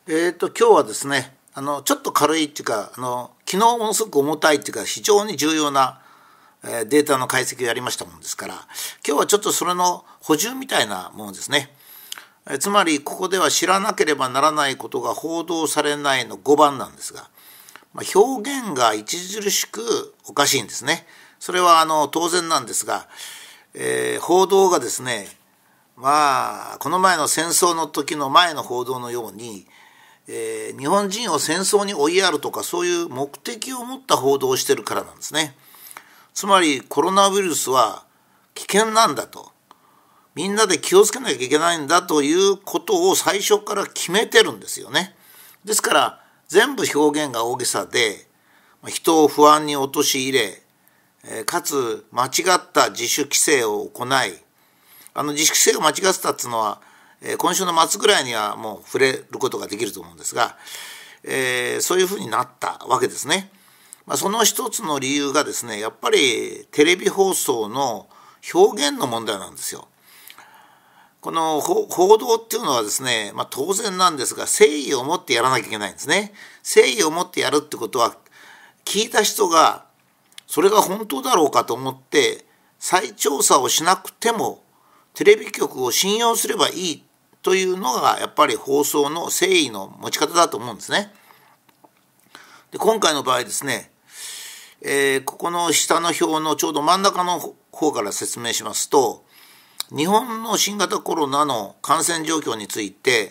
今日はですね、ちょっと軽いっていうか、昨日ものすごく重たいっていうか、非常に重要な、データの解析をやりましたもんですから、今日はちょっとそれの補充みたいなものですね。つまり、ここでは知らなければならないことが報道されないの5番なんですが、表現が著しくおかしいんですね。それは当然なんですが、報道がですね、この前の戦争の時の前の報道のように、日本人を戦争に追いやるとかそういう目的を持った報道をしているからなんですね。つまりコロナウイルスは危険なんだと、みんなで気をつけなきゃいけないんだということを最初から決めてるんですよね。ですから全部表現が大げさで、人を不安に陥れ、かつ間違った自主規制を行い、自主規制を間違ってたっていうのは今週の末ぐらいにはもう触れることができると思うんですが、そういうふうになったわけですね。その一つの理由がですね、やっぱりテレビ放送の表現の問題なんですよ。この報道っていうのはですね、当然なんですが、誠意を持ってやらなきゃいけないんですね。誠意を持ってやるってことは、聞いた人がそれが本当だろうかと思って再調査をしなくてもテレビ局を信用すればいいというのがやっぱり放送の誠意の持ち方だと思うんですね。で、今回の場合ですね、ここの下の表のちょうど真ん中の方から説明しますと、日本の新型コロナの感染状況について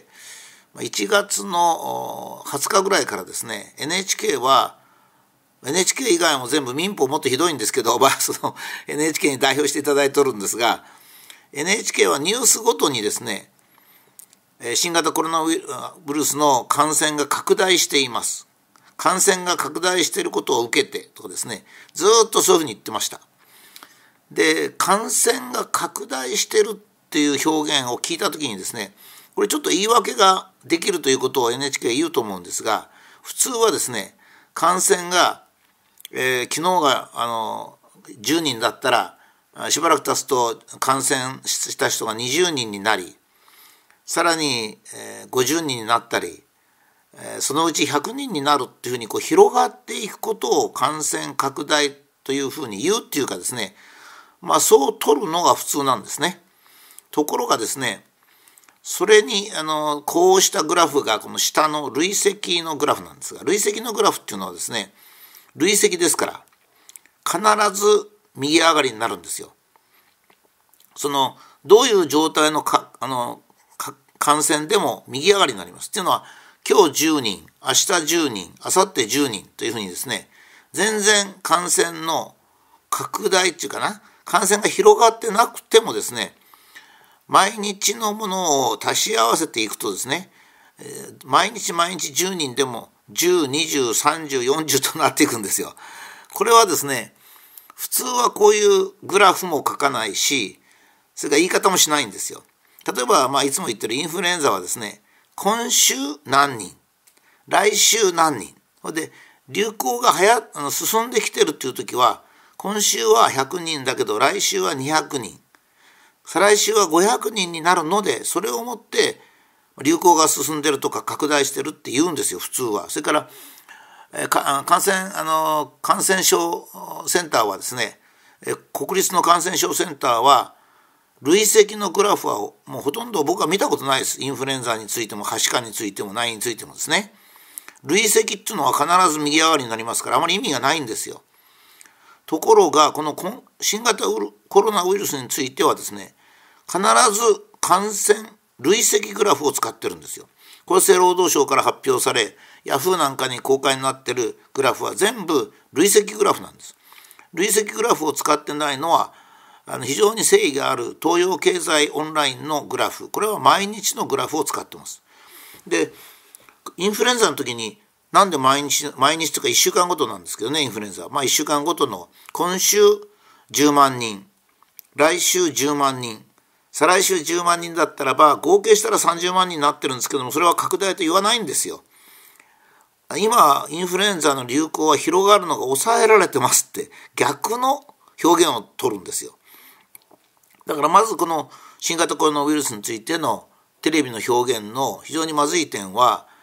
1月の20日ぐらいからですね、 NHK 以外も全部民放もっとひどいんですけど、その NHK に代表していただいておるんですが、 NHK はニュースごとにですね、新型コロナウイルスの感染が拡大しています、感染が拡大していることを受けてとかですね、ずっとそういうふうに言ってました。で、感染が拡大しているっていう表現を聞いたときにですね、これちょっと言い訳ができるということを NHK は言うと思うんですが、普通はですね、感染が、昨日が10人だったらしばらく経つと感染した人が20人になり、さらに50人になったり、そのうち100人になるっていうふうに広がっていくことを感染拡大というふうに言うっていうかですね、そう取るのが普通なんですね。ところがですね、それにこうしたグラフがこの下の累積のグラフなんですが、累積のグラフっていうのはですね、累積ですから必ず右上がりになるんですよ。どういう状態の感染でも右上がりになります。っていうのは、今日10人、明日10人、明後日10人というふうにですね、全然感染の拡大っていうかな、感染が広がってなくてもですね、毎日のものを足し合わせていくとですね、毎日10人でも10、20、30、40となっていくんですよ。これはですね、普通はこういうグラフも書かないし、それから言い方もしないんですよ。例えば、いつも言ってるインフルエンザはですね、今週何人、来週何人、で流行が進んできてるっていう時は、今週は100人だけど来週は200人、再来週は500人になるので、それをもって流行が進んでるとか拡大してるって言うんですよ、普通は。それから感染症センターはですね、国立の感染症センターは累積のグラフはもうほとんど僕は見たことないです。インフルエンザについてもはしかについても何についてもですね、累積っていうのは必ず右上がりになりますから、あまり意味がないんですよ。ところがこの新型コロナウイルスについてはですね、必ず感染累積グラフを使ってるんですよ。厚生労働省から発表され、ヤフーなんかに公開になってるグラフは全部累積グラフなんです。累積グラフを使ってないのは非常に誠意がある東洋経済オンラインのグラフ、これは毎日のグラフを使ってます。で、インフルエンザの時になんで毎日というか1週間ごとなんですけどね、インフルエンザは1週間ごとの今週10万人、来週10万人、再来週10万人だったらば合計したら30万人になってるんですけども、それは拡大と言わないんですよ。今インフルエンザの流行は広がるのが抑えられてますって逆の表現を取るんですよ。だからまずこの新型コロナウイルスについてのテレビの表現の非常にまずい点は、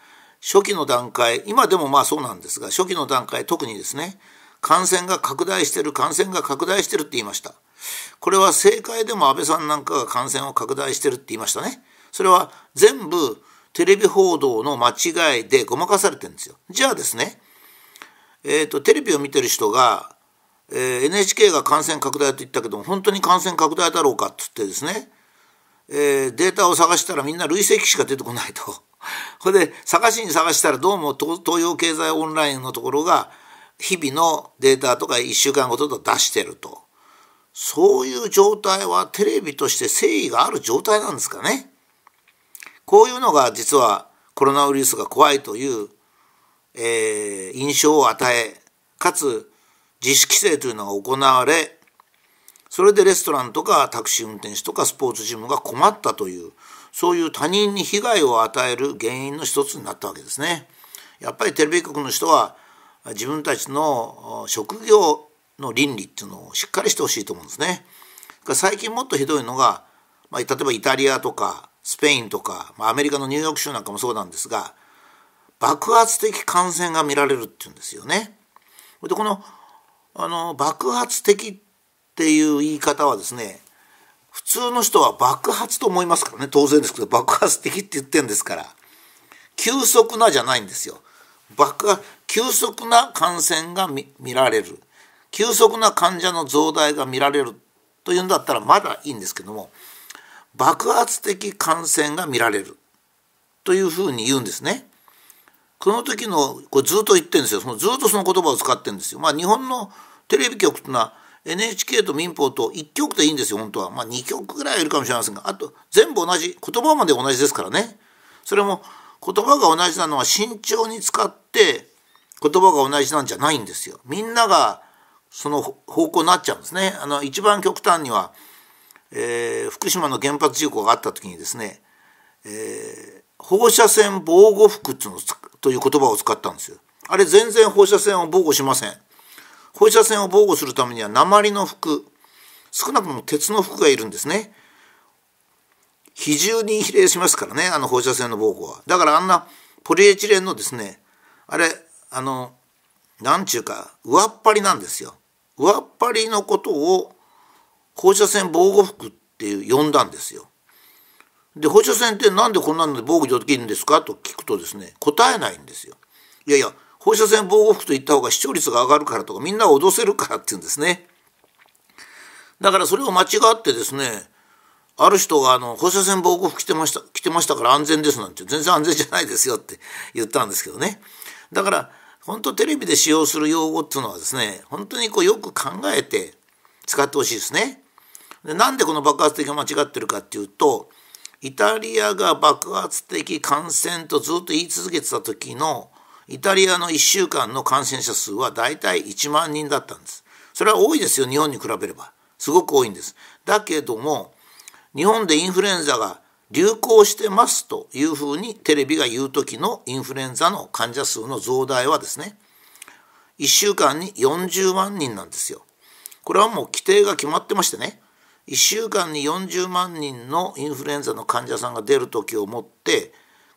初期の段階、今でもまあそうなんですが、初期の段階特にですね、感染が拡大してるって言いました。これは政界でも安倍さんなんかが感染を拡大してるって言いましたね。それは全部テレビ報道の間違いでごまかされてるんですよ。じゃあですね、テレビを見てる人が、NHK が感染拡大と言ったけども、本当に感染拡大だろうかって言ってですね、データを探したらみんな累積しか出てこないと。それで探したらどうも東洋経済オンラインのところが日々のデータとか1週間ごとと出してると。そういう状態はテレビとして誠意がある状態なんですかね。こういうのが実はコロナウイルスが怖いという、印象を与え、かつ自主規制というのが行われ、それでレストランとかタクシー運転手とかスポーツジムが困ったという、そういう他人に被害を与える原因の一つになったわけですね。やっぱりテレビ局の人は自分たちの職業の倫理っていうのをしっかりしてほしいと思うんですね。最近もっとひどいのが、例えばイタリアとかスペインとか、アメリカのニューヨーク州なんかもそうなんですが、爆発的感染が見られるっていうんですよね。でこの爆発的っていう言い方はですね、普通の人は爆発と思いますからね、当然ですけど、爆発的って言ってるんですから、急速なじゃないんですよ。急速な感染が 見られる、急速な患者の増大が見られるというんだったらまだいいんですけども、爆発的感染が見られるというふうに言うんですね。この時のこれずっと言ってるんですよ。ずっとその言葉を使ってるんですよ。日本のテレビ局というのは NHK と民放と1局でいいんですよ、本当は。2局ぐらいいるかもしれませんが、あと全部同じ、言葉まで同じですからね。それも言葉が同じなのは慎重に使って言葉が同じなんじゃないんですよ。みんながその方向になっちゃうんですね。一番極端には、福島の原発事故があった時にですね、放射線防護服という言葉を使ったんですよ。あれ全然放射線を防護しません。放射線を防護するためには鉛の服、少なくとも鉄の服がいるんですね。比重に比例しますからね、放射線の防護は。だからあんなポリエチレンのですね、あれなんちゅうか上っ張りなんですよ。上っ張りのことを放射線防護服って呼んだんですよ。で、放射線ってなんでこんなので防御できるんですかと聞くとですね、答えないんですよ。いやいや、放射線防護服と言った方が視聴率が上がるからとか、みんなを脅せるからって言うんですね。だからそれを間違ってですね、ある人が放射線防護服着てましたから安全ですなんて、全然安全じゃないですよって言ったんですけどね。だから本当テレビで使用する用語っていうのはですね、本当によく考えて使ってほしいですね。で、なんでこの爆発的が間違ってるかっていうと、イタリアが爆発的感染とずっと言い続けてた時のイタリアの1週間の感染者数はだいたい1万人だったんです。それは多いですよ、日本に比べれば。すごく多いんです。だけども、日本でインフルエンザが流行してますというふうにテレビが言う時のインフルエンザの患者数の増大はですね、1週間に40万人なんですよ。これはもう規定が決まってましてね、1週間に40万人のインフルエンザの患者さんが出る時をもって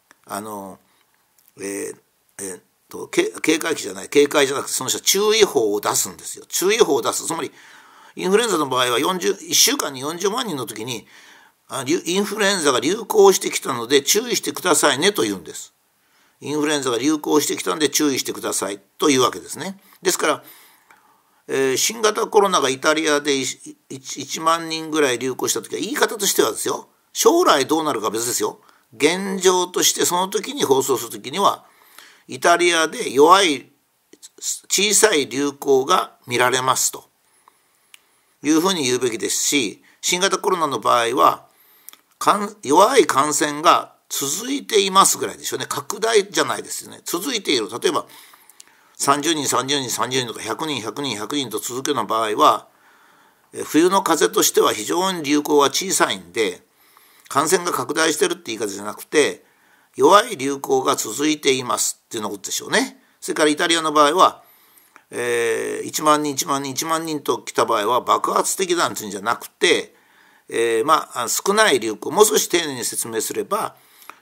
警戒じゃなくて、その人は注意報を出すんですよ。注意報を出す。つまりインフルエンザの場合は1週間に40万人の時にインフルエンザが流行してきたので注意してくださいねと言うんです。インフルエンザが流行してきたので注意してくださいというわけですね。ですから新型コロナがイタリアで 1万人ぐらい流行した時は、言い方としてはですよ、将来どうなるか別ですよ。現状としてその時に放送する時にはイタリアで弱い小さい流行が見られますというふうに言うべきですし、新型コロナの場合は弱い感染が続いていますぐらいでしょうね。拡大じゃないですよね。続いている。例えば30人30人30人とか100人100人100人と続くような場合は、冬の風邪としては非常に流行が小さいんで、感染が拡大してるって言い方じゃなくて、弱い流行が続いていますっていうようなことでしょうね。それからイタリアの場合は、1万人1万人1万人と来た場合は爆発的なんていうんじゃなくて、少ない流行、もう少し丁寧に説明すれば、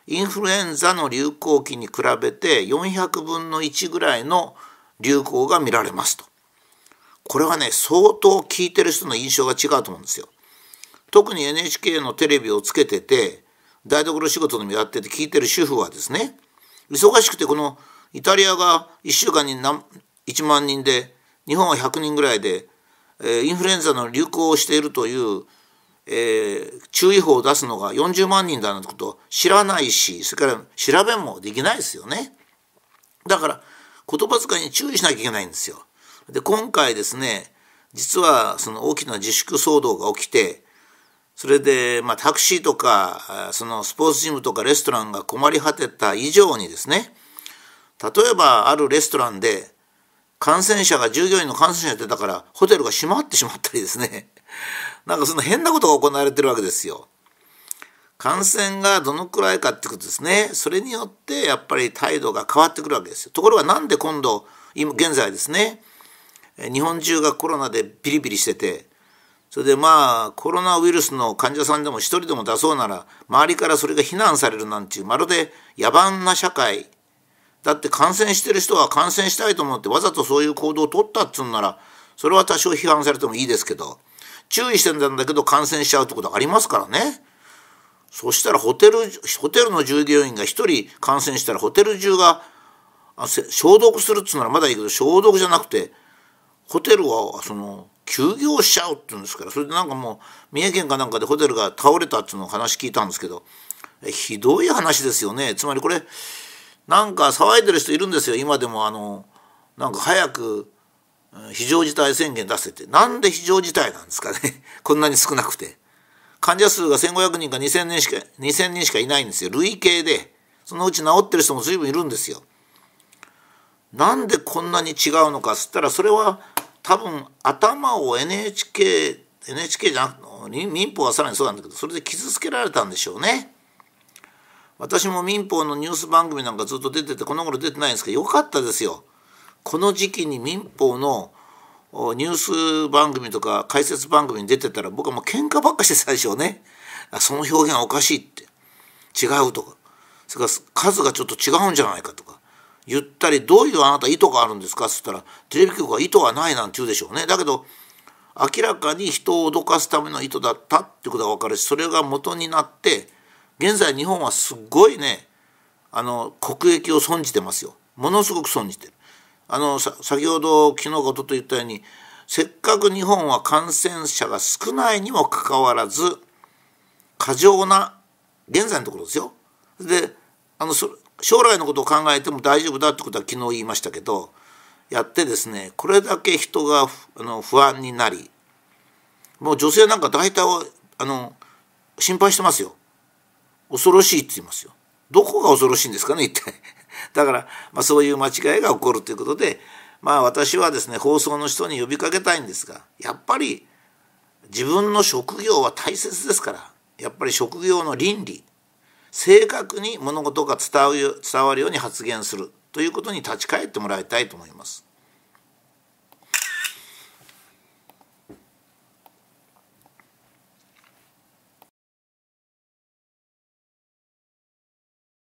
インフルエンザの流行期に比べて400分の1ぐらいの流行が見られますと。これはね、相当聞いてる人の印象が違うと思うんですよ。特に NHK のテレビをつけてて、台所仕事でもやってて聞いてる主婦はですね、忙しくてこのイタリアが1週間に1万人で、日本は100人ぐらいで、インフルエンザの流行をしているという、注意報を出すのが40万人だなんてことを知らないし、それから調べもできないですよね。だから言葉遣いに注意しなきゃいけないんですよ。で、今回ですね、実はその大きな自粛騒動が起きて、それでタクシーとかそのスポーツジムとかレストランが困り果てた以上にですね、例えばあるレストランで従業員の感染者が出たからホテルが閉まってしまったりですね、なんかその変なことが行われてるわけですよ。感染がどのくらいかってことですね。それによってやっぱり態度が変わってくるわけですよ。ところがなんで今現在ですね、日本中がコロナでピリピリしてて、それでコロナウイルスの患者さんでも一人でも出そうなら周りからそれが非難されるなんていう、まるで野蛮な社会だって、感染してる人は感染したいと思ってわざとそういう行動を取ったっつうんなら、それは多少批判されてもいいですけど、注意してんだけど感染しちゃうってことがありますからね。そしたらホテルの従業員が一人感染したらホテル中が消毒するっつうならまだいいけど、消毒じゃなくてホテルは休業しちゃうっていうんですから、それでなんかもう三重県かなんかでホテルが倒れたっていうのを話聞いたんですけど、ひどい話ですよね。つまりこれなんか騒いでる人いるんですよ。今でもなんか早く非常事態宣言出せて、なんで非常事態なんですかねこんなに少なくて。患者数が1500人か2000人しかいないんですよ、累計で。そのうち治ってる人も随分いるんですよ。なんでこんなに違うのかっつったら、それは多分頭を NHK じゃなくて民放はさらにそうなんだけど、それで傷つけられたんでしょうね。私も民放のニュース番組なんかずっと出てて、この頃出てないんですけど、よかったですよ。この時期に民放のニュース番組とか解説番組に出てたら、僕はもう喧嘩ばっかして最初ね、その表現はおかしいって、違うとか、それから数がちょっと違うんじゃないかとか言ったり、どういうあなた意図があるんですかっつったら、テレビ局は意図はないなんて言うでしょうね。だけど明らかに人を脅かすための意図だったってことが分かるし、それが元になって現在日本はすごいね、国益を損じてますよ。ものすごく損じてる。先ほど昨日かおととい言ったように、せっかく日本は感染者が少ないにもかかわらず過剰な現在のところですよ。で将来のことを考えても大丈夫だってことは昨日言いましたけど、やってですね、これだけ人が不安になり、もう女性なんか大体心配してますよ。恐ろしいって言いますよ。どこが恐ろしいんですかね一体だからそういう間違いが起こるということで、私はですね、放送の人に呼びかけたいんですが、やっぱり自分の職業は大切ですから、やっぱり職業の倫理、正確に物事が伝わるように発言するということに立ち返ってもらいたいと思います。